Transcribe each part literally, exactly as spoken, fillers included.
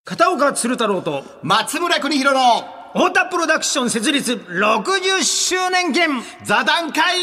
片岡鶴太郎と松村邦弘の太田プロダクション設立ろくじゅっしゅうねん記念座談会。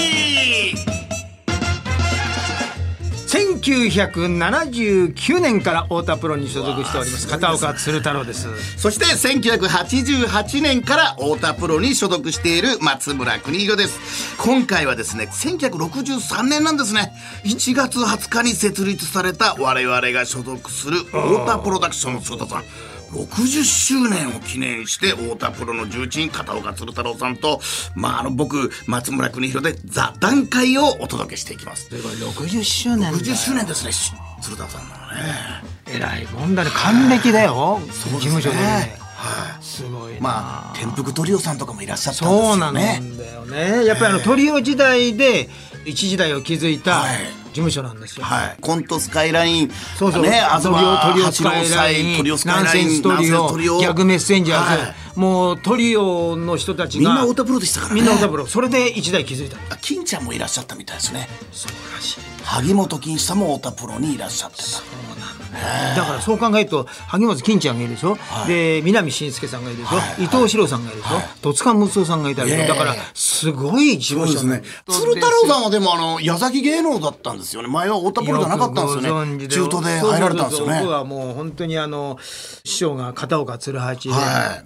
せんきゅうひゃくななじゅうきゅうねんから太田プロに所属しております片岡鶴太郎です。 そしてせんきゅうひゃくはちじゅうはちねんから太田プロに所属している松村邦弘です。今回はですねせんきゅうひゃくろくじゅうさんねんなんですね。いちがつはつかに設立された我々が所属する太田プロダクションの鶴田さん、ろくじゅっしゅうねんを記念して太田プロの重鎮片岡鶴太郎さんと、まあ、あの僕松村邦弘で座談会をお届けしていきます。 ろくじゅっしゅうねんろくじゅっしゅうねんですね鶴田さんのね。 えらいもんだね。還暦だよ、事務所でね。 はい、 すごいな。 まあ転覆トリオさんとかもいらっしゃったんですそうよなんだね。 よね。やっぱりあのトリオ時代で一時代を築いた事務所なんですよ。 はい、コントスカイライン、 そうそう、 ね、あとはトリオスカイライン、 トリオスカイナンセライン、 ンストリオ、 ナンセンストリオ、 ギャグメッセンジャーズ、 はい、 もうトリオの人たちがみんな太田プロでしたからね。 みんな太田プロ、それで一代築いた。 金ちゃんもいらっしゃったみたいですね。 そうらしい。 萩本欽一さんも太田プロにいらっしゃってた。 そうなんだ。だからそう考えると萩本欽ちゃんがいるでしょ、はい、で南信介さんがいるでしょ、はい、伊藤四郎さんがいるでしょ、はい、戸塚睦夫さんがいたりとか、だからすごい事務所ですね。鶴太郎さんはでもあの矢崎芸能だったんですよね。前は太田プロじゃなかったんですよね。中途で入られたんですよね。 僕はもう本当にあの師匠が片岡鶴八で、 はい、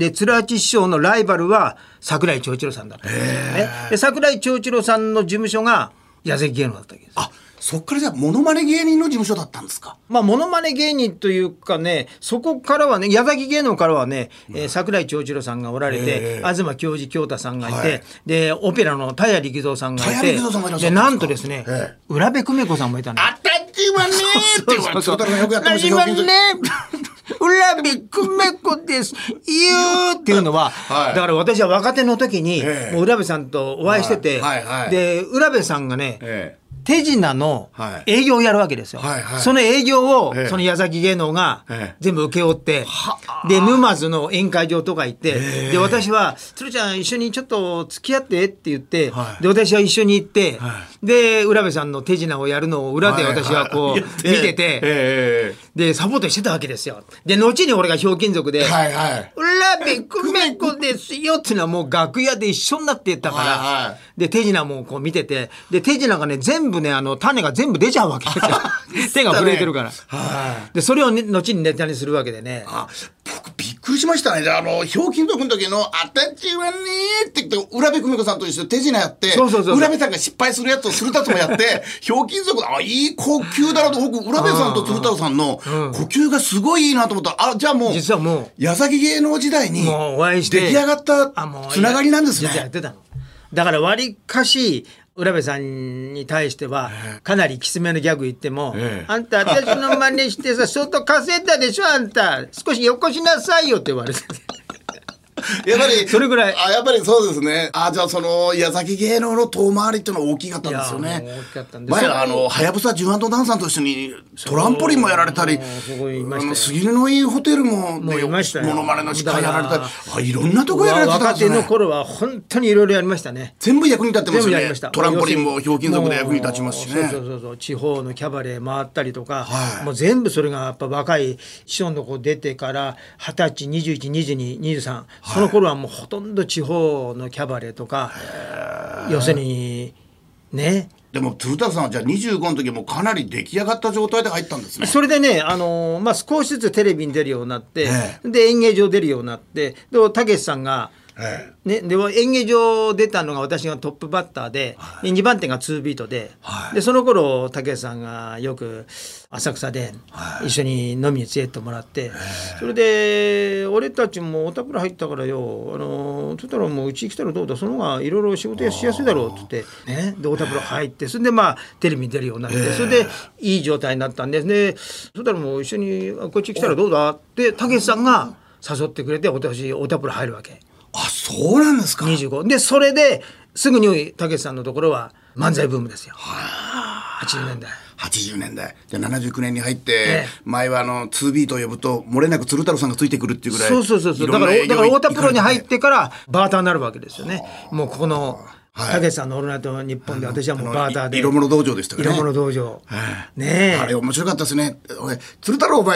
で鶴八師匠のライバルは櫻井長一郎さんだったんですね。で櫻井長一郎さんの事務所が矢崎芸能だったわけです。 あ、そっからじゃあモノマネ芸人の事務所だったんですか。 まあモノマネ芸人というかね、そこからはね、矢崎芸能からはね、えー、櫻井長一郎さんがおられて、東京二京太さんがいて、はい、でオペラの田谷力三さんがいて、でなんとですね、浦部久美子さんもいたの。 あたちはねーって言われて、そうそうそう、よくやってましたよ。 浦部久美子です言うっていうのは、はい、だから私は若手の時に、えー、もう浦部さんとお会いしてて、はいはいはい、で浦部さんがね、えー手品の営業をやるわけですよ、はいはい、その営業を、ええ、その矢崎芸能が全部請け負って、ええ、で沼津の宴会場とか行って、ええ、で私は鶴ちゃん一緒にちょっと付き合ってって言って、はい、で私は一緒に行って、はい、で浦部さんの手品をやるのを裏で私はこう、はいはい、見てて、ええ、でサポートしてたわけですよ。で後に俺がひょうきん族で、はいはい、浦部久美子ですよっていうのはもう楽屋で一緒になってたから、はいはい、で手品もこう見てて、で手品がね全部ねあの種が全部出ちゃうわけですよ手が震えてるから、はい、でそれを、ね、後にネタにするわけでね。あ、 僕びっくりしましたね。あのひょうきん族の時のあたちはねーって言って浦部久美子さんと一緒に手品やって、そうそうそうそう、浦部さんが失敗するやつをするたつもやってひょうきん族、あ、いい呼吸だなと。僕浦部さんと鶴太郎さんの呼吸がすごいいいなと思ったら、あ、じゃあもう実はもう矢崎芸能時代に出来上がったつながりなんですね。 実はやってたの。だからわりかし浦部さんに対してはかなりきつめのギャグ言っても、ええ、あんた私の真似してさ相当稼いだでしょ、あんた少しよこしなさいよって言われてやっぱりそれぐらい、 あ、やっぱりそうですね。あ、じゃあその矢崎芸能の遠回りっていうのは大きかったんですよね。 大きかったんです。 前あのはやぶさジュアンドダンさんと一緒にトランポリンもやられたり、あの杉のいいホテルもね、ものまねの司会やられたり、あ、いろんなとこやられてたんですよね。 若手の頃は本当にいろいろやりましたね。 全部役に立ってますよね。トランポリンもひょうきん族で役に立ちますしね。 そうそうそうそう、地方のキャバレー回ったりとか、はい、もう全部それがやっぱ若い師匠の子出てからはたち、にじゅういち、にじゅうに、にじゅうさん、その頃はもうほとんど地方のキャバレーとか、要するにね。 でも鶴太さんはじゃあにじゅうごの時もかなり出来上がった状態で入ったんですね。 それでね、あのーまあ、少しずつテレビに出るようになって、ええ、で演芸場出るようになって、でたけしさんがええね、で演芸場出たのが私がトップバッターで、はい、にばん手がツービートで、はい、でその頃たけしさんがよく浅草で一緒に飲みに連れてってもらって、はい、それで俺たちも太田プロ入ったからよ、あのつったらもううち来たらどうだ、その方がいろいろ仕事しやすいだろうって言って、ね、で太田プロ入って、それでまあテレビに出るようになって、それでいい状態になったんですね。そしたらもう一緒にこっち来たらどうだってたけしさんが誘ってくれて、私太田プロ入るわけ。 あ、そうなんですか。 にじゅうごで、それですぐにたけしさんのところは漫才ブームですよ。はちじゅうねんだいはちじゅうねんだいじゃあななじゅうきゅうねんに入って、ええ、前はあのツービートを呼ぶと漏れなく鶴太郎さんがついてくるっていうぐらい、 そうそうそうそう、だからだから太田プロに入ってからバーターになるわけですよね。もうここのたけしさんのオールナイトニッポンで私はもうバーターで色物道場でしたからね。 色物道場、ねえ、 あれ面白かったですね。鶴太郎お前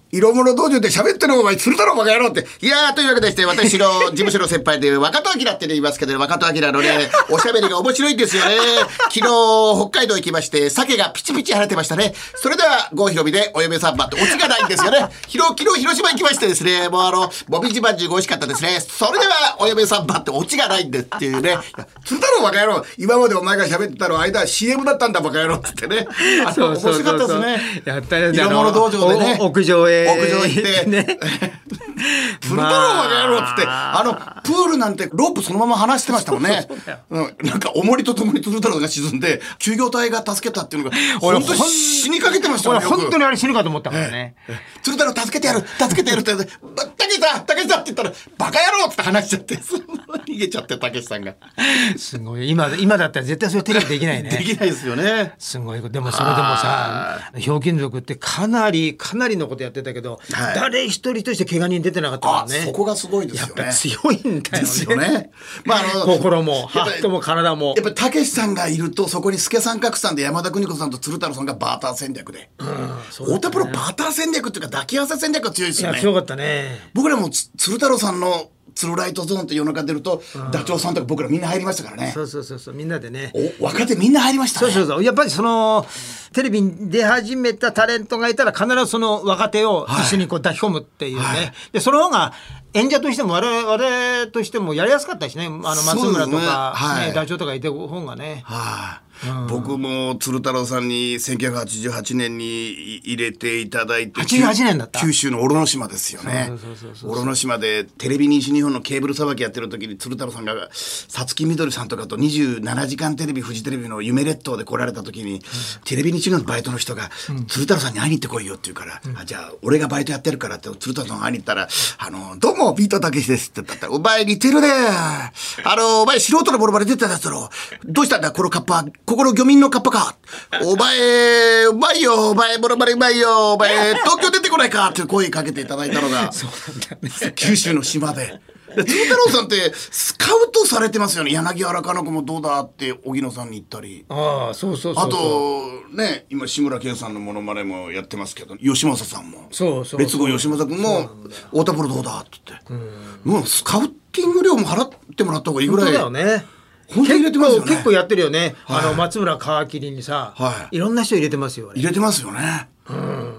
色物道場で喋ってるお前、鶴太郎バカ野郎って。いやー、というわけでして、私の事務所の先輩で、若戸明って言いますけど、若戸明のね、おしゃべりが面白いんですよね。昨日、北海道行きまして、鮭がピチピチ晴れてましたね。それでは、郷ひろみでお嫁さんばってオチがないんですよね。ひろ、昨日広島行きましてですね、もうあの、もみじまんじゅうが美味しかったですね。それでは、お嫁さんばってオチがないんでっていうね。鶴太郎バカ野郎、今までお前が喋ってたの間は シーエム だったんだバカ野郎ってね。あの、面白かったですね。 やったね。 色物道場でね。 屋上へ。 屋上行って、ね、鶴太郎バカ野郎っつって、あの、プールなんてロープそのまま離してましたもんね。うん、なんか重りとともに鶴太郎が沈んで、救助隊が助けたっていうのが、本当に死にかけてましたよね。 俺本当にあれ死ぬかと思ったからね。 ええ、鶴太郎助けてやる助けてやるって言って、たけしさんたけしさんって言ったら、バカ野郎って話しちゃって、逃げちゃって、たけしさんが。すごい、今、今だったら絶対それテレビできないね。 できないですよね。 すごい。でもそれでもさ、ひょうきん族ってかなり、かなりのことやってたけど、はい、誰一人として怪我人出てなかったからね。 そこがすごいですよね。 やっぱ強いんだよね。 ですよね。まあ、あの心もハートも体も。 やっぱりたけしさんがいると、そこに助さん格さんで山田邦子さんと鶴太郎さんがバーター戦略で。うん、太田プロバーター戦略っていうか抱き合わせ戦略が強いですよね。 いや強かったね。 僕らも鶴太郎さんの鶴ライトゾーンって夜中出ると、ダチョウさんとか僕らみんな入りましたからね。 そうそうそうそう、みんなでね。 お、若手みんな入りましたね。 そうそうそう。やっぱりそのテレビに出始めたタレントがいたら必ずその若手を一緒にこう抱き込むっていうね。はい、でその方が演者としても我々、我々としてもやりやすかったしね。あの松村とか、ねはい、ダチョウとかいて方がね。はい、うん、僕も鶴太郎さんにせんきゅうひゃくはちじゅうはちねんに入れていただいて、 はちじゅうはちねんだった。 九州の小野島ですよね。小野島でテレビ西日本のケーブルさばきやってる時に鶴太郎さんがさつきみどりさんとかとにじゅうななじかんテレビフジテレビの夢列島で来られた時に、うん、テレビ西日本のバイトの人が、うん、鶴太郎さんに会いに行ってこいよって言うから、うん、あじゃあ俺がバイトやってるからって鶴太郎さんが会いに行ったら、あのどうもビートたけしですって言ったら、お前似てるね、あのお前素人のボロボロ出てたやつだろ、どうしたんだこのカッパ、ここの漁民のカッパか、お前うまいよ、お前ボロボロうまいよ、お前東京出てこないかって声かけていただいたのがそうなんだ、ね、九州の島で。鶴太郎さんってスカウトされてますよね。柳原かな子もどうだって荻野さんに言ったり、 ああそうそうそうそう、 あとね今志村けんさんのモノマネもやってますけど、吉正さんもそうそうレッツゴー吉正君も太田プロどうだって言って、うん、もうスカウティング料も払ってもらった方がいいぐらい。 本当だよね。 本当に入れてますよね。 結構、結構やってるよね、はい、あの松村皮切りにさ、はい、いろんな人入れてますよ。 入れてますよね、うん、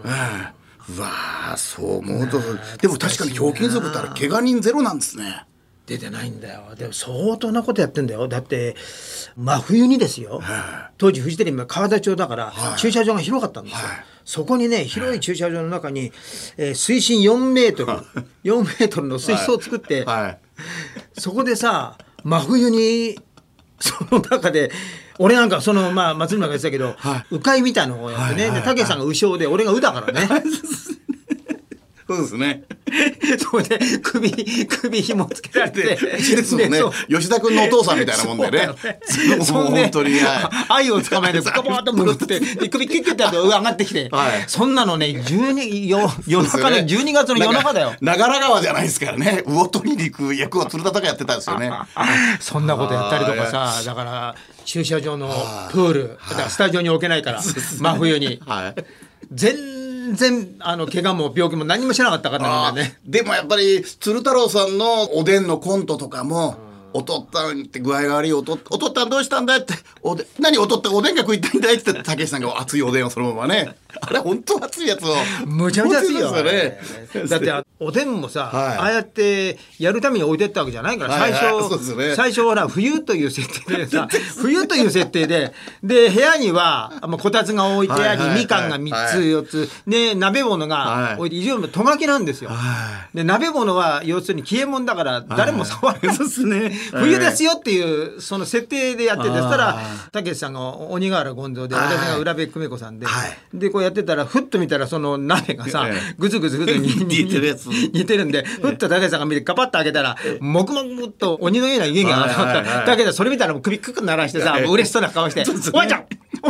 ええ、うわーそう思うと、でも確かにひょうきん族ってあれ怪我人ゼロなんですね。 出てないんだよ。でも相当なことやってんだよ。だって真冬にですよ、当時フジテレビ川田町だから、はい、駐車場が広かったんですよ、はい、そこにね広い駐車場の中に、えー、水深よんメートルよんメートルの水槽を作って、はいはい、そこでさ真冬にその中で俺なんかそのまあ松村が言ってたけど、はい、鵜飼いみたいなのをやってね、たけしさんが鵜匠で俺が鵜だからねそうですね。 それで首首紐つけられて、 うちですもんね。吉田君のお父さんみたいなもんでね。 そんで本当に愛を捕まえてガバーッとむくって首キュッキュッてやって上がってきて、そんなのねじゅうに夜中のじゅうにがつの夜中だよ。 長良川じゃないですからね。魚取りに行く役を鶴田隆やってたんですよね。 そんなことやったりとかさ、だから駐車場のプール、だからスタジオに置けないから真冬に全然全然あの怪我も病気も何もしなかったからなんだね。 でもやっぱり鶴太郎さんのおでんのコントとかも、おとったんって具合が悪い、おとおとったんどうしたんだって、おで何おとったおでんが食いたいんだいって言ってたけしさんが熱いおでんをそのままね、あれ本当熱いやつをむちゃむちゃ熱いよね。だっておでんもさ、はい、ああやってやるために置いてったわけじゃないから、最初、はいはいね、最初はな冬という設定でさ冬という設定でで部屋にはこたつが置いてあり、はいはいはい、みかんがみっつよっつで鍋物が置いて、以上とがきなんですよ、はい、で鍋物は要するに消え物だから誰も触らない、ですね、冬ですよっていうその設定でやってて、そしたらたけしさんが鬼瓦権蔵で、私が浦部久美子さんで、はい、でこうやってたらふっと見たらその鍋がさ、ぐずぐずぐずに似てるやつ似てるんで、ふっとたけしさんが見てガパッと開けたらもくもくっと鬼のような湯気が上がった。だけどそれ見たら首クック鳴らしてさ、もう嬉しそうな顔して「おばちゃんおばちゃん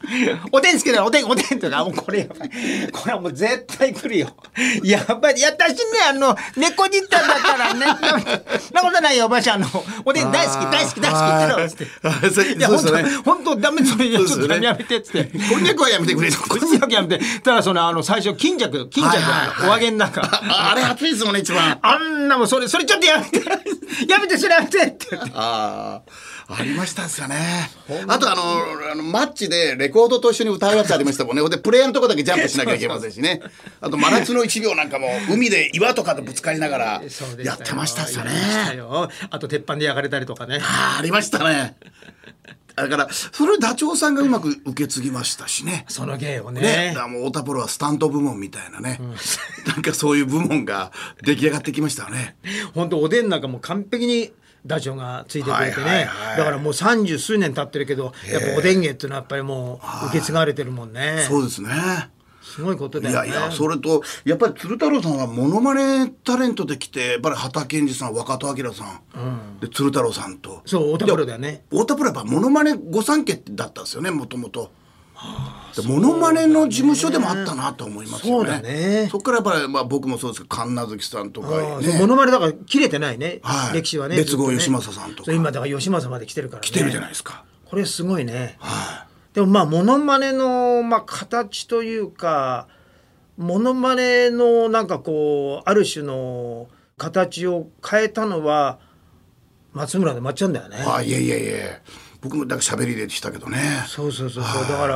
おでん好きだよ、おでん、おでんとか、もうこれやばい。これはもう絶対来るよ。やっぱり、私ね、あの、猫じったんだからね。なことないよ、おばあちゃんの。おでん大好き、大好き、大好きって言って。いや、本当、本当、ダメ、それ、ちょっとやめてって。 こんにゃくはやめてくれ。 こんにゃくやめて。ただ、その、あの、最初、巾着、巾着、お揚げの中。 あれ、熱いですもんね、一番。 あんなもん、それ、それちょっとやめて。やめて、それやめてって。 ああ。ありましたっすよね。あとあの、あのマッチでレコードと一緒に歌うやつありましたもんね。で、プレイヤーのとこだけジャンプしなきゃいけませんしね。あと、真夏の一秒なんかも、海で岩とかとぶつかりながら、やってましたっすよね。 あと、鉄板で焼かれたりとかね。 ああ、ありましたね。だから、それダチョウさんがうまく受け継ぎましたしね。 その芸をね。 ね。だからもう、太田プロはスタント部門みたいなね。うん、なんかそういう部門が出来上がってきましたよね。 本当おでんなんかもう完璧に、ダチョウがついてくれてね、だからもう三十数年経ってるけど、やっぱおでん芸っていうのはやっぱりもう受け継がれてるもんね。 そうですね。 すごいことだよね。 いやいや、それとやっぱり鶴太郎さんはモノマネタレントで来て、やっぱり畑健二さん、若戸明さん、うん、で鶴太郎さんと、 そう太田プロだよね。 太田プロはやっぱモノマネ御三家だったんですよね、もともと。モノマネの事務所でもあったなと思いますよね。そうだね。そっからやっぱり、まあ、僕もそうですけど神奈月さんとか、 ね、モノマネだから切れてないね、はい、歴史はね。 別郷義正さんとか今だから義正まで来てるからね。 来てるじゃないですか。 これすごいね、はい、でもまあモノマネの、まあ、形というかモノマネのなんかこうある種の形を変えたのは松村でまっちゃんだよね。 あ、いやいやいや、僕もだから喋りでしたけどね。 そうそうそうそう、だから、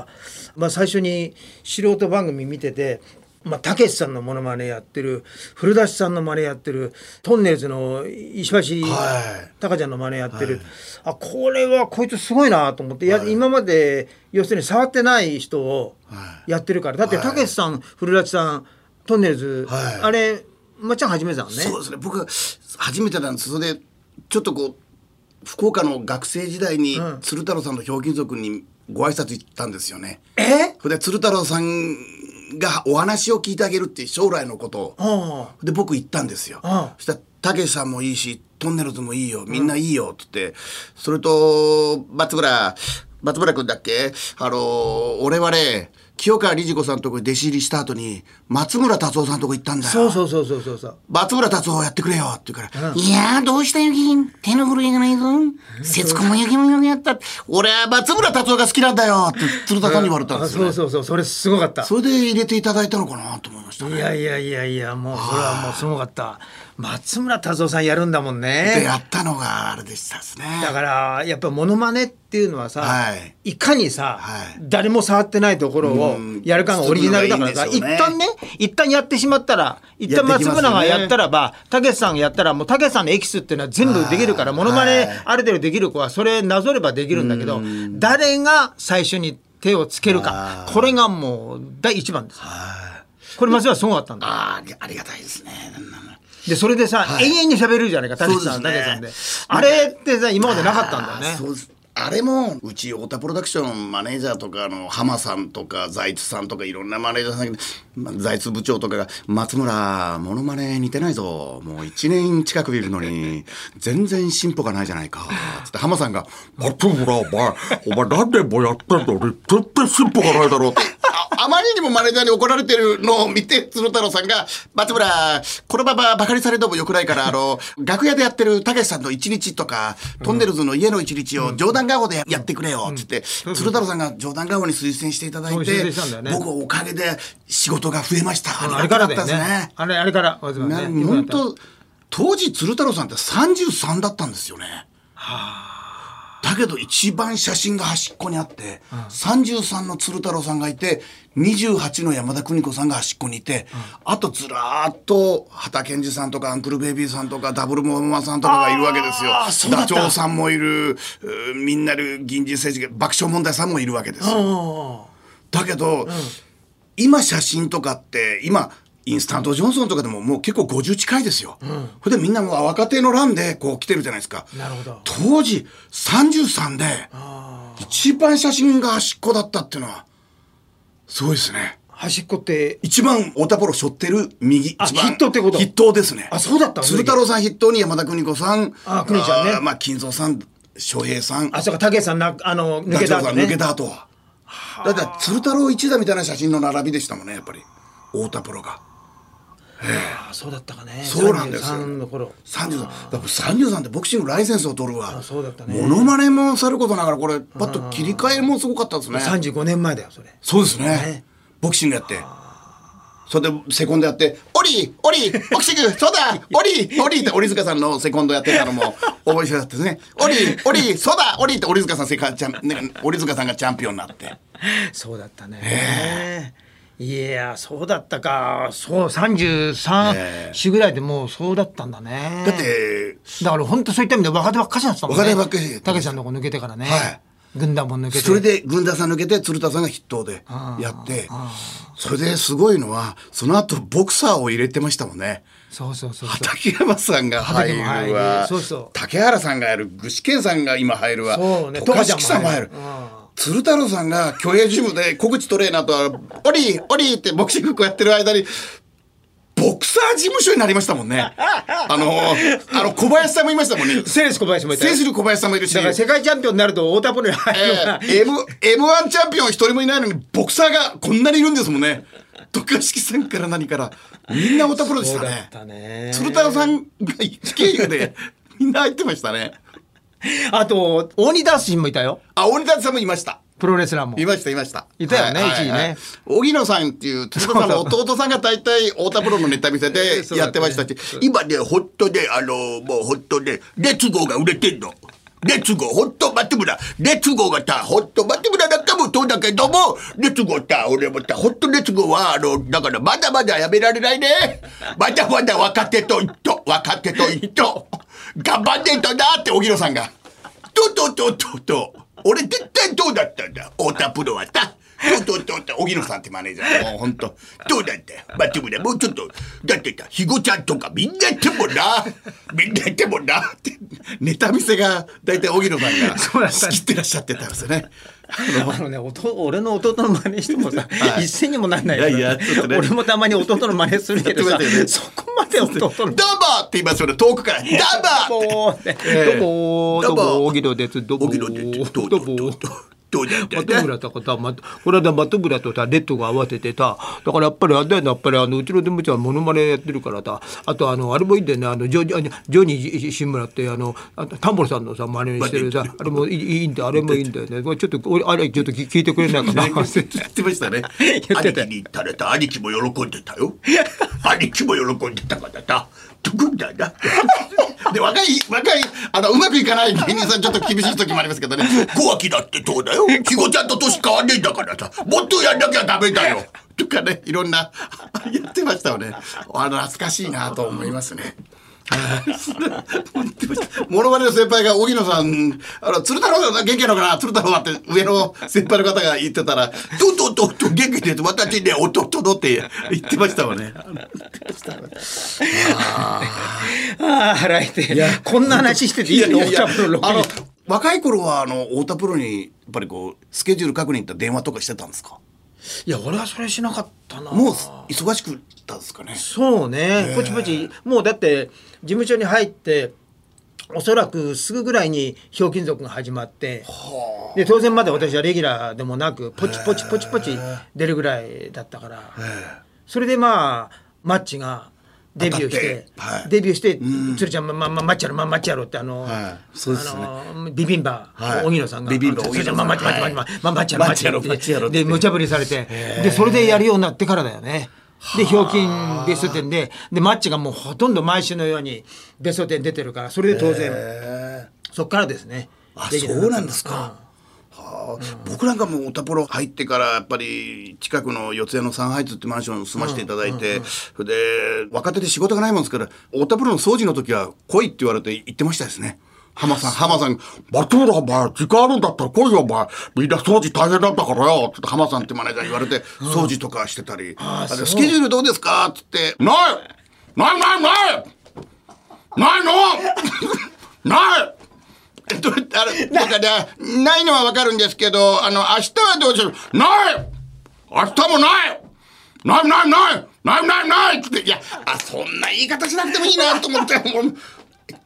まあ、最初に素人番組見てて、まあ、たけしさんのモノマネやってる、古舘さんのマネやってる、トンネルズの石橋貴ちゃんのマネやってる、はい、あ、これはこいつすごいなと思って、はい、や今まで要するに触ってない人をやってるから、だってたけしさん、古舘さん、トンネルズ、はい、あれまっちゃん初めてだもんね。 そうですね、僕初めてなんです。それでちょっとこう福岡の学生時代に鶴太郎さんのひょうきん族にご挨拶行ったんですよね。 え？ それで鶴太郎さんがお話を聞いてあげるっていう将来のことをで僕行ったんですよ。そしたらたけしさんもいいしトンネルズもいいよ、みんないいよって言って、それと松村松村君だっけ、あの俺はね清川理事子さんのとこに弟子入りした後に松村達夫さんのとこ行ったんだよ。 そうそうそうそうそうそう、 松村達夫やってくれよって言うから、 うん、いやーどうしたよきん、手の震えがないぞ、節子もゆきもよくやった、 俺は松村達夫が好きなんだよって鶴田さんに言われたんですよ、 ね、そうそうそう、それすごかった。 それで入れていただいたのかなと思いましたね。 いやいやいやいや、もうそれはもうすごかった。松村達夫さんやるんだもんね。 でやったのがあれでしたですね。 だからやっぱモノマネっていうのはさ、はい、いかにさ、はい、誰も触ってないところをやるかがオリジナルだからさ、いい、ね、一旦ね一旦やってしまったら、一旦松村がやったらば、たけしさんがやったらもうたけしさんのエキスっていうのは全部できるから、モノマネある程度できる子はそれなぞればできるんだけど、誰が最初に手をつけるか、これがもう第一番です。これ松村すごかったんだ。 あありがたいですね。 でそれでさ、はい、永遠に喋れるじゃないか、たけしさん、たけしさんで。あれってさ今までなかったんだよね。 そうです。あれもうち太田プロダクションマネージャーとかの浜さんとか財津さんとかいろんなマネージャーさんだけど、財津部長とかが松村モノマネ似てないぞ、もういちねん近くいるのに全然進歩がないじゃないかつって浜さんが松村お前お前何年もやってんのに全然進歩がないだろうってあまりにもマネージャーに怒られてるのを見て鶴太郎さんが松村このままバカにされてもよくないからあの楽屋でやってるたけしさんの一日とか、うん、トンネルズの家の一日を冗談顔でやってくれよっつって、うん、鶴太郎さんが冗談顔に推薦していただいて、ね、僕おかげで仕事が増えました。 あれからだよね。あれあれから本当当時鶴太郎さんってさんじゅうさんだったんですよね。はあ。だけど一番写真が端っこにあって、うん、さんじゅうさんの鶴太郎さんがいてにじゅうはちの山田邦子さんが端っこにいて、うん、あとずらーっと畑健二さんとかアンクルベイビーさんとかダブルモーママさんとかがいるわけですよ。ダチョウさんもいる、みんなる銀次政治爆笑問題さんもいるわけですよ。だけど、うん、今写真とかって今インスタントジョンソンとかでももう結構ごじゅう近いですよ。うん、それでみんなもう若手の欄でこう来てるじゃないですか。 なるほど。 当時さんじゅうさんで一番写真が端っこだったっていうのはすごいですね。 端っこって一番太田プロ背負ってる右あ筆頭ってこと。 筆頭ですね。 あそうだったの。 鶴太郎さん筆頭に山田邦子さん、 あ邦ちゃんね、 まあ金蔵さん、翔平さん、 あそうか、武さんなあの抜けた後ね。 抜けた後はだって鶴太郎一座みたいな写真の並びでしたもんね、やっぱり太田プロが。 ああそうだったかね。 そうなんですよ。 さんじゅうさんの頃。 さんじゅうさん、だからさんじゅうさんってボクシングライセンスを取るわ。 そうだったね。 モノマネもさることながら、これパッと切り替えもすごかったですね。 さんじゅうごねんまえだよそれ。 そうですね。ね、ボクシングやって、それでセコンドやって、オリオリボクシングそうだオリオリって折塚さんのセコンドやってたのも覚えてたんですね。オリオリそうだオリって折塚さんセカチャン、ね、折塚さんがチャンピオンになって。そうだったね。いやそうだったか。そうさんじゅうさん、えー、よんぐらいでもうそうだったんだね。 だってだから本当そういった意味で若手ばっかしだったもんね。 若手ばっかし。 たけしさんのとこ抜けてからね。はい。軍団も抜けて。 それで軍団さん抜けて鶴田さんが筆頭でやって、それですごいのはその後ボクサーを入れてましたもんね。 そうそうそうそう。 畠山さんが入るわ。そうそう。竹原さんがやる。具志堅さんが今入るわ。 そうね。 渡嘉敷さんも入る。鶴太郎さんが虚栄ジムで小口トレーナーとオリーオリーってボクシングこうやってる間にボクサー事務所になりましたもんね。あのあの小林さんもいましたもんね。 セレス小林もいた。 セレス小林さんもいるし。 だから世界チャンピオンになると太田プロに入るような、 えー、M エムワン チャンピオン一人もいないのにボクサーがこんなにいるんですもんね。渡嘉敷さんから何からみんな太田プロでしたね。 そうだったね。 鶴太郎さんが経由でみんな入ってましたね。 あと大仁田さんもいたよ。 あ、大仁田さんもいました。 プロレスラーもいましたいました。 いたよね、一時ね。 荻野さんっていう鶴田さんの弟さんが大体太田プロのネタ見せでやってましたし、今ねホットであのもうホットでレッツゴーが売れてんの。レッツゴーホットバットブラレッツゴーがたホットバットブラだったもそうだけども、レッツゴーた俺もたホットレッツゴーはあのだからまだまだやめられないね。まだまだ若手と一と若手と一と頑張んねえとなって荻野さんがととととと俺絶対どうだったんだ太田プロはたどうどうどうどう荻野さんってマネージャーもうほんとどうだったよバットブラもうちょっとだってたひごちゃんとかみんなやってもなみんなやってもなってネタ見せが大体荻野さんが仕切ってらっしゃってたんですよね。 あのね、おと俺の弟の真似してもさ、はい、一斉にもなんないよ。いやいやちょっとね、俺もたまに弟の真似するけどさ、ね、そこまで弟の「どうも!」 って言いますよね、遠くから「どうも!」って「どうもどうも荻野ですどうも荻野ですどうもどうも」どうだったマトブラとかさ、ま、これはマトブラとさレッドが合わせてさ、だからやっぱりあれだよね、やっぱりあのうちのデムちゃんはモノマネやってるからさ、あとあのあれもいいんだよね、あのジョジョニー志村ってあのタンボルさんのさ真似してるさ、あれもいい、いいんだあれもいいんだよね。これちょっと俺あれちょっと聞いてくれないかな。 言ってましたね。言ってた。兄貴に言ったらさ兄貴も喜んでたよ。兄貴も喜んでたからさ。どこだな。で若い若いあのうまくいかない芸人さんちょっと厳しい時もありますけどね。小脇だってそうだよ。ひごちゃんと年変わんねえんだからさ、もっとやんなきゃダメだよ。とかね、いろんなやってましたよね。あの懐かしいなと思いますね。モノマネの先輩が荻野さん、あの鶴太郎さん元気なのかな、鶴太郎はって上の先輩の方が言ってたら、どんどんどんどん元気で私ね弟のって言ってましたもんね。 ああ腹いて、こんな話してていいの？ あの若い頃はあの太田プロにやっぱりこうスケジュール確認って電話とかしてたんですか？ いや俺はそれしなかったな。 もう忙しくったんですかね。 そうね、ポチポチもうだって事務所に入っておそらくすぐぐらいにひょうきん族が始まって、で当然まだ私はレギュラーでもなくポチポチポチポチ出るぐらいだったから、それでまあマッチがデビューして、はい、デビューして鶴ちゃん、ままマッチやろまマッチやろってあの、はい、そうですね、あのビビンバ荻野さんがビビンバ鶴ちゃんまマッチマッチマッチマッチやろマッチやろマッチやろで無茶ぶりされて、でそれでやるようになってからだよね。でひょうきんベストテンででマッチがもうほとんど毎週のようにベストテン出てるから、それで当然そっからですね。 あ、そうなんですか。はあ、うん、僕なんかも太田プロ入ってからやっぱり近くの四谷のサンハイツってマンションに住ませていただいて、うん、で若手で仕事がないもんですから太田プロの掃除の時は来いって言われて行ってましたですね。浜さん浜さん松浦お前時間あるんだったら来いよお前みんな掃除大変なんだからよって浜さんってマネージャーに言われて掃除とかしてたり、うん、あスケジュールどうですかって言ってないないないないないのないえっと、あれなんかね、ないのはわかるんですけど、あの明日はどうしよう。ない明日もないないないないないないないって、いやあそんな言い方しなくてもいいなと思ってもう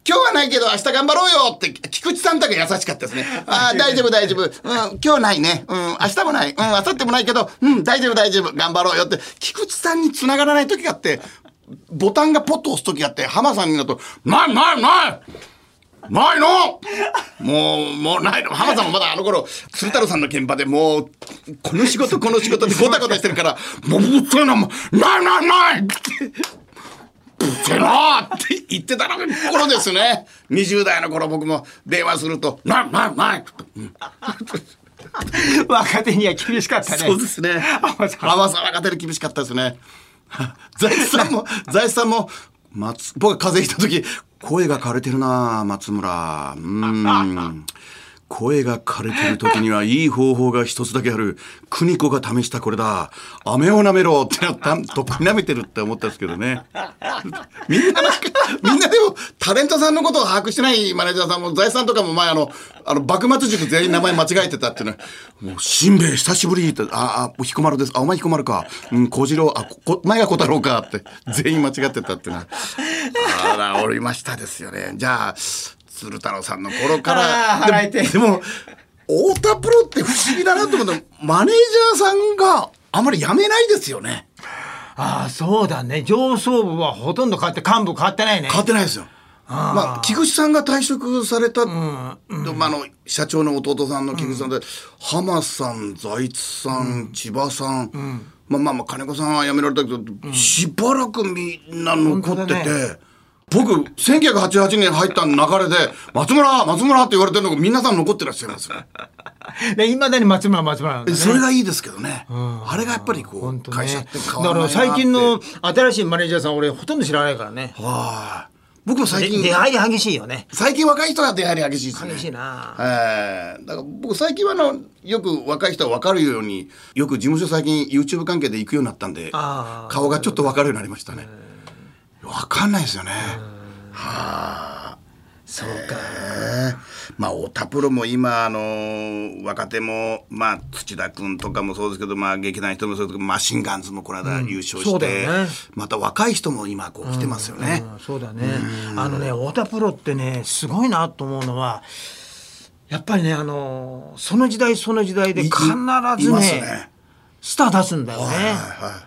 今日はないけど明日頑張ろうよって菊池さんだけ優しかったですね。ああ、大丈夫大丈夫。うん、今日ないね。うん、明日もない。うん、明後日もないけど、うん、大丈夫大丈夫。頑張ろうよって、菊池さんに繋がらない時があって、ボタンがポッと押す時があって、浜さんになると、ないないないないのもう、もうないの。浜さんもまだあの頃、鶴太郎さんの現場でもう、この仕事この仕事でゴタゴタしてるから、もう、そういうのも、ないないないって、ぶっせなーって言ってたの頃ですね。にじゅう代の頃僕も電話すると、ないないない、うん、 若手には厳しかったね。 そうですね。浜さん若手に厳しかったですね。財津さんも、財津さんも、松僕が風邪ひいた時、声が枯れてるな松村。うーん。声が枯れてる時にはいい方法が一つだけある。邦子が試したこれだ。飴を舐めろってなったとっくに舐めてるって思ったんですけどね。みんななんか、みんなでもタレントさんのことを把握してないマネージャーさんも財津さんとかも前あの、あの、幕末塾全員名前間違えてたっていうのは、もう、しんべヱ久しぶりって、あ、あ、彦丸です。あ、お前彦丸か。うん、小次郎、あ、こ、前が小太郎かって、全員間違ってたっていうのは。あら、おりましたですよね。じゃあ、鶴太郎さんの頃からで, でも太田プロって不思議だなと思ってマネージャーさんがあんまり辞めないですよね。 ああそうだね。上層部はほとんど変わって幹部変わってないね。 変わってないですよ。あ、まあ、菊池さんが退職された、うんうんまあ、あの社長の弟さんの菊池さんで、うん、浜さん財津さん、うん、千葉さん、うんまあまあまあ金子さんは辞められたけど、うん、しばらくみんな残ってて。僕、せんきゅうひゃくはちじゅうはちねん入った流れで、松村、松村って言われてるのが皆さん残ってらっしゃいますよ。 いまだに松村、松村なんだね。 それがいいですけどね。あれがやっぱりこう、ね、会社って変わらないなって。 だから最近の新しいマネージャーさん、俺ほとんど知らないからね。 はい。僕も最近。 出会い激しいよね。 最近若い人は出会い激しいですね。 激しいな。 ええ。だから僕最近はあの、よく若い人は分かるように、よく事務所最近 YouTube 関係で行くようになったんで、顔がちょっと分かるようになりましたね。分かんないですよね。はあ、 そうか。 まあ太田プロも今あの若手もまあ土田君とかもそうですけど、まあ劇団の人もそうですけど、マシンガンズもこの間優勝して、うんね、また若い人も今こう来てますよね。 うんうん、そうだね。あのね太田プロってねすごいなと思うのは。やっぱりねあのその時代その時代で必ず ね, ねスター出すんだよね。はいはいはい、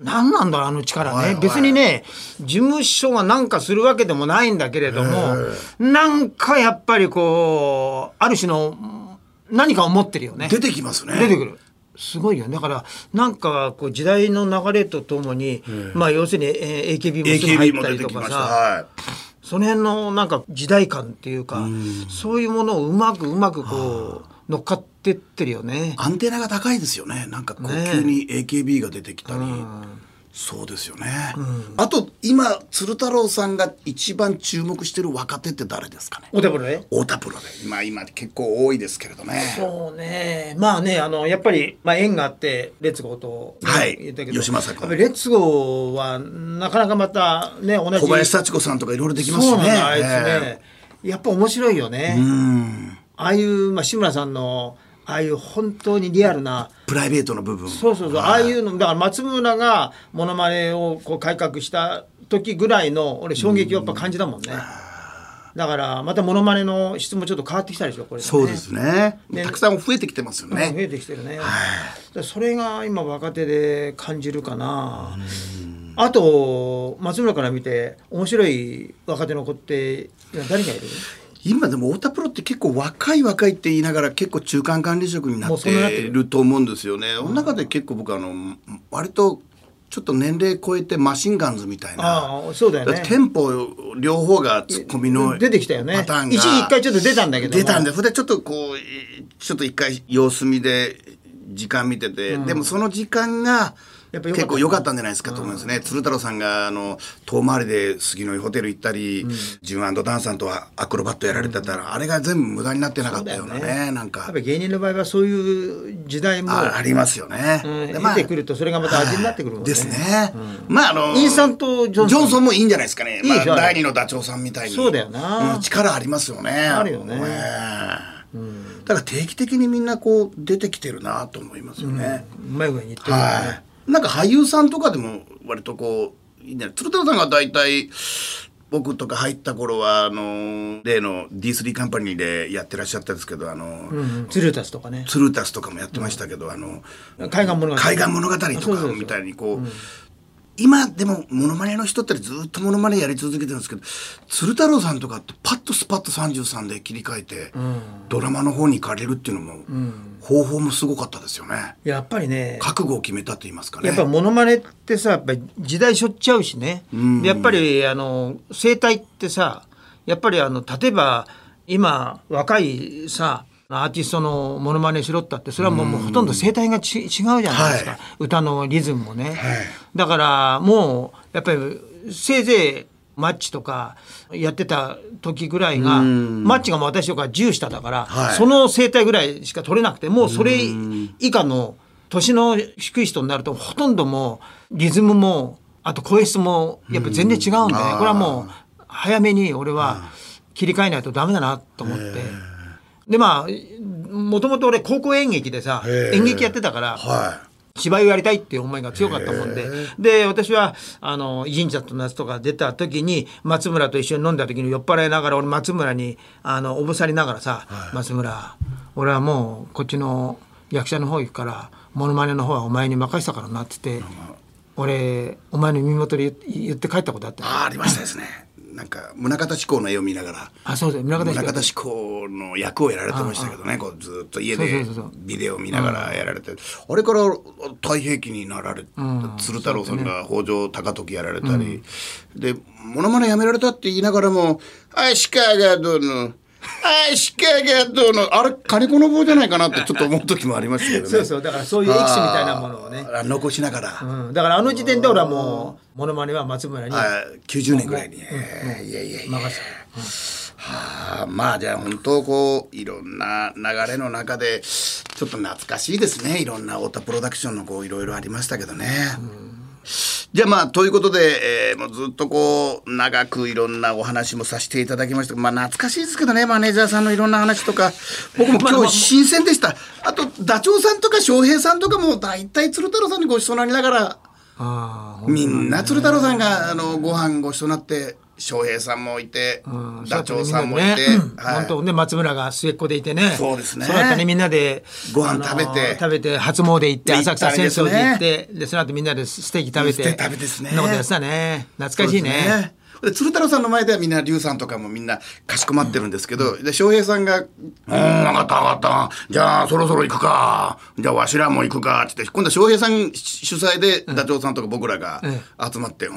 何なんだあの力ね、はいはい、別にね事務所が何かするわけでもないんだけれども、なんかやっぱりこうある種の何かを持ってるよね。 出てきますね。 出てくる。すごいよ。だからなんかこう時代の流れとともに、まあ要するに エーケービー もすぐ入ったりとかさ、はい、その辺のなんか時代感っていうか、うん、そういうものをうまくうまくこう乗っかってってるよね。 アンテナが高いですよね。なんかこう急に エーケービー が出てきたり、ね、そうですよね、うん、あと今鶴太郎さんが一番注目してる若手って誰ですかね。 太田プロで太田プロで今今結構多いですけれどね。 そうね。まあねあのやっぱり、まあ、縁があってレッツゴーと言ったけど、はい、吉正君レッツゴーはなかなかまたね同じ小林幸子さんとかいろいろできますしね。 そうなんだあいつね、えー、やっぱ面白いよね。うんああいう、まあ、志村さんのああいう本当にリアルなプライベートの部分、 そうそうそう、ああいうのだから松村がモノマネをこう改革した時ぐらいの俺衝撃をやっぱ感じたもんね。だからまたモノマネの質もちょっと変わってきたでしょこれ、ね、 そうですね。たくさん増えてきてますよね。 うん、増えてきてるね。それが今若手で感じるかな。あと松村から見て面白い若手の子って誰がいる？ 今でも太田プロって結構若い若いって言いながら結構中間管理職になっていると思うんですよね。その中で結構僕あの割とちょっと年齢超えてマシンガンズみたいな、 あそうだよね、 テンポ両方がツッコミの出てきたよね。 パターンが一時一回ちょっと出たんだけど出たんで、それでちょっとこうちょっと一回様子見で時間見てて、うん、でもその時間がやっぱ結構良かったんじゃないですかと思いますね。うん、鶴太郎さんがあの遠回りで杉の井ホテル行ったり、うん、ジュン&ダンさんとはアクロバットやられてたら、うん、あれが全部無駄になってなかったような ね, ねなんかやっぱ芸人の場合はそういう時代もあ, ありますよね。 うん、出てくるとそれがまた味になってくるもんね。 ですね。うん、まああのインスタントジョンソンジョンソンもいいんじゃないですかね。いいまあ、第二のダチョウさんみたいにそうだよな、 うん、力ありますよね。 あるよね。 うん、だから定期的にみんなこう出てきてるなと思いますよね。 うん、うまい具合に言ってるよね。はい、 なんか俳優さんとかでも割とこういいんじゃない。鶴太郎さんが大体僕とか入った頃はあの例の ディースリー カンパニーでやってらっしゃったんですけど、あの、 うん、ツルータスとかね、 ツルータスとかもやってましたけど、うん、あの海岸物語海岸物語とかみたいにこう、うん、今でもモノマネの人ってずっとモノマネやり続けてるんですけど、鶴太郎さんとかってパッとスパッとさんじゅうさんで切り替えて、うん、ドラマの方に行かれるっていうのも、うん、方法もすごかったですよね。 やっぱりね、 覚悟を決めたと言いますかね。 やっぱモノマネってさ、やっぱり時代しょっちゃうしね、うん、やっぱりあの声帯ってさ、やっぱりあの例えば今若いさアーティストのモノマネしろったって、それはもう、もうほとんど声帯がち違うじゃないですか、はい、歌のリズムもね、はい、だからもうやっぱりせいぜいマッチとかやってた時ぐらいが、マッチがもう私とかじゅう下だから、はい、その声帯ぐらいしか取れなくて、もうそれ以下の年の低い人になるとほとんどもうリズムもあと声質もやっぱ全然違うんでね、これはもう早めに俺は切り替えないとダメだなと思って。でまあもともと俺高校演劇でさ演劇やってたから、はい、芝居をやりたいっていう思いが強かったもんで、で私はあの神社と夏とか出た時に松村と一緒に飲んだ時に酔っ払いながら俺松村にあのおぶさりながらさ、はい、松村俺はもうこっちの役者の方行くからモノマネの方はお前に任せたからなって言って、俺お前の耳元で言って帰ったことあった。 あ, ありましたですね。なんか宗像志功の絵を見ながら、 あ、そうです、宗像志功の役をやられてましたけどね、こうずっと家でビデオを見ながらやられて、あれから太平記になられ、うん、鶴太郎さんが北条高時やられたり、うん、でモノマネやめられたって言いながらも「足利殿足利殿」あれ金子の棒じゃないかなってちょっと思う時もありましたけどね。 そうそう、だからそういうエキスみたいなものをね残しながら、 うん、だからあの時点で俺はもうモノマネは松村にきゅうじゅうねんぐらいに、うんうん、いやいやいや任せた、うん、はあ、まあじゃあ本当こういろんな流れの中でちょっと懐かしいですね。いろんな太田プロダクションのこういろいろありましたけどね、うん、じゃあまあということで、えー、もうずっとこう長くいろんなお話もさせていただきました。まあ懐かしいですけどね、マネージャーさんのいろんな話とか僕も今日新鮮でした。あとダチョウさんとか翔平さんとかも大体鶴太郎さんにごちそうになりながら、あみんな鶴太郎さんがあのご飯ごちそうになって、翔平さんもいて、うん、ダチョウさんもいて、ね、 はい、本当ね、松村が末っ子でいてね、 そうですね、 その後にみんなでご飯食べて食べて初詣行って浅草浅草寺行って、でその後みんなでステーキ食べて、 食べですね、 そんなことやってたね。懐かしいね。 で鶴太郎さんの前ではみんな龍さんとかもみんなかしこまってるんですけど、うん、で翔平さんが「うん分かった分かった、じゃあそろそろ行くか、じゃあわしらも行くか」って言って、今度は翔平さん主催でダチョウさんとか僕らが集まって「うん、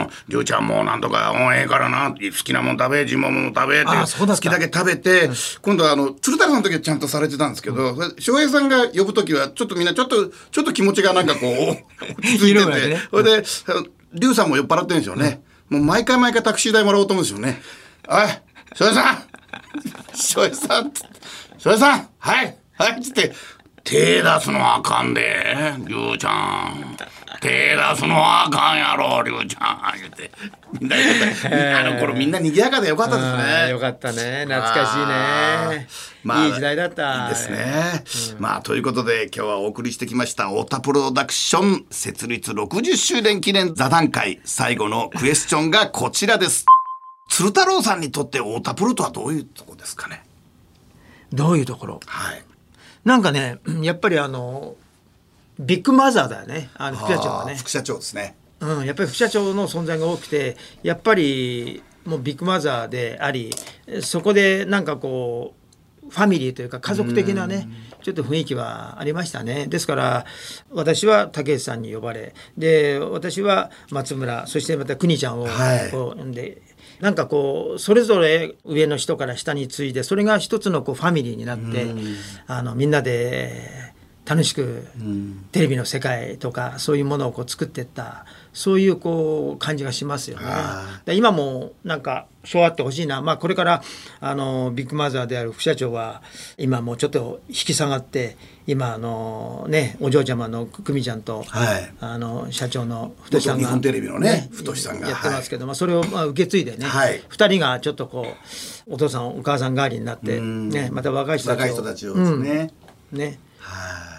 龍ちゃんもなんとか、うん、ええからな、好きなもん食べ、地物も食べ」って好きだけ食べて、うん、今度はあの鶴太郎さんの時はちゃんとされてたんですけど、翔平さんが呼ぶ時はちょっとみんなちょっとちょっと気持ちがなんかこう落ち着いてて、それで龍さんも酔っ払ってるんですよね、うん、もう毎回毎回タクシー代もらおうと思うんですよね。おい、翔平さん翔平さん翔平さんはいはいっつって、手出すのはあかんで、龍ちゃん手出すのはあかんやろ龍ちゃん言って、みんな言ってた。あの頃みんな賑やかでよかったですね。 よかったね、懐かしいね、まあ、いい時代だった。 いいですね、うん、まあということで今日はお送りしてきました太田プロダクション設立ろくじゅっしゅうねん記念座談会、最後のクエスチョンがこちらです。鶴太郎さんにとって太田プロとはどういうところですかね。 どういうところ、 はい、 なんかね、やっぱりあのビッグマザーだよね、あの副社長はね。 副社長ですね、 うん、やっぱり副社長の存在が多くて、やっぱりもうビッグマザーであり、そこでなんかこうファミリーというか家族的なねちょっと雰囲気はありましたね。ですから私は竹内さんに呼ばれ、で私は松村、そしてまた邦ちゃんをこう呼んで、はい、なんかこうそれぞれ上の人から下に継いで、それが一つのこうファミリーになって、あのみんなで楽しくテレビの世界とかそういうものをこう作っていった、そういうこう感じがしますよね。で今もなんかそうあってほしいな、まあ、これからあのビッグマザーである副社長は今もうちょっと引き下がって、今あの、ね、お嬢ちゃまの久美ちゃんと、はい、あの社長の太さんが、 日本テレビのね太さんがやってますけど、はい、まあ、それをまあ受け継いでね、はい、ふたりがちょっとこうお父さんお母さん代わりになって、ね、また若い人たちを若い人たちをですね、 うん、ね、 はい、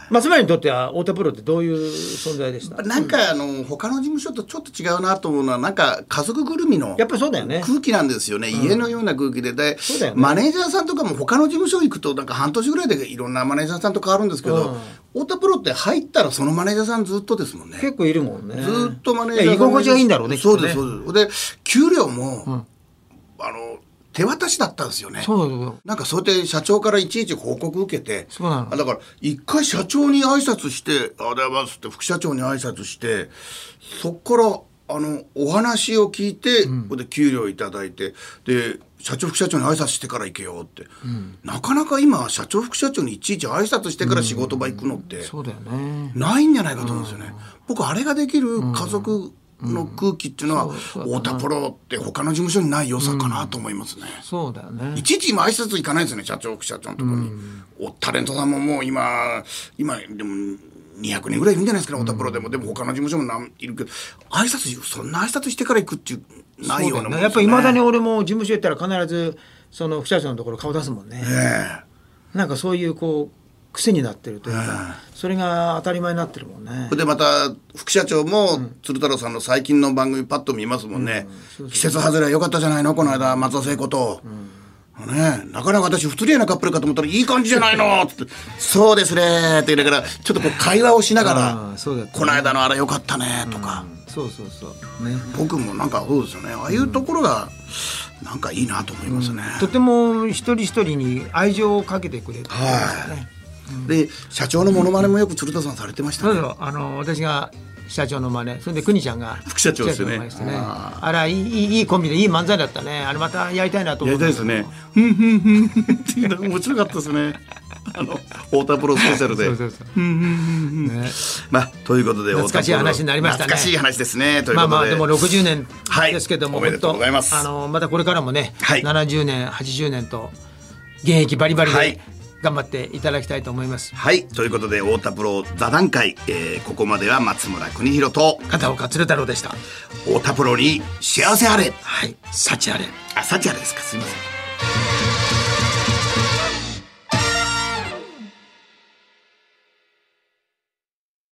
松村にとっては太田プロってどういう存在でした？ なんかあの他の事務所とちょっと違うなと思うのはなんか家族ぐるみのやっぱりそうだよね空気なんですよね。家のような空気で、で、 そうだよね、 マネージャーさんとかも他の事務所行くとなんか半年ぐらいでいろんなマネージャーさんと変わるんですけど、太田プロって入ったらそのマネージャーさんずっとですもんね。 結構いるもんね。 ずっとマネージャーさん居心地がいいんだろうね。 そうですそうです。で給料も、うん、あの手渡しだったんですよね。 そうそう。 なんかそうやって社長からいちいち報告受けて、 そうなの。 だから一回社長に挨拶して、ありがとうございますって副社長に挨拶して、そっからあのお話を聞いて、うん、で給料いただいて、で社長副社長に挨拶してから行けよって、うん、なかなか今社長副社長にいちいち挨拶してから仕事場行くのって、 そうだよね、 ないんじゃないかと思うんですよね。僕あれができる家族の空気っていうのは、うん、太田プロって他の事務所にない良さかなと思いますね、うん、 そうだよね。 いちいち今挨拶行かないですよね、社長副社長のところに、うん、おタレントさんももう今今でもにひゃくにんぐらいいるんじゃないですかね、太田プロでも。でも他の事務所も何いるけど、挨拶そんな挨拶してから行くっていうないようなもんですよね。 やっぱりいまだに俺も事務所行ったら必ずその副社長のところ顔出すもんね、えー、なんかそういうこう癖になってるというか、えー、それが当たり前になってるもんね。 でまた副社長も、うん、鶴太郎さんの最近の番組パッと見ますもんね、うん、そうそう、季節外れは良かったじゃないのこの間松田聖子と、うんね、なかなか私不釣り合いなカップルかと思ったらいい感じじゃないのってそうですねって言いながらちょっとこう会話をしながらそうだった、ね、この間のあれ良かったねとか、 うん、そうそうそう、ね、 僕もなんかそうですよね、ああいうところがなんかいいなと思いますね、 うん、とても一人一人に愛情をかけてくれる、はい、 うん、で社長のモノマネもよく鶴田さんされてましたね。 そうそう、あの私が社長の真似、それで国ちゃんが副社長ですよね。 あ, あらいいいいコンビでいい漫才だったね。あれまたやりたいなと思って。 やりたいですね。ふんふんふんっていうのが面白かったですね。あの太田プロスペシャルで。そうそうそう。ふんふんふん、ね、まあということで懐かしい話になりましたね。 懐かしい話ですね。ということで、 まあまあでもろくじゅうねんですけども、 はい、おめでとうございます。 あのまたこれからもね、はい、ななじゅうねんはちじゅうねんと現役バリバリで、はい、頑張っていただきたいと思います。 はい、ということで太田プロ座談会、えー、ここまでは松村邦洋と片岡鶴太郎でした。 太田プロに幸せあれ、 はい、幸あれ、 あ、幸あれですか、すいません。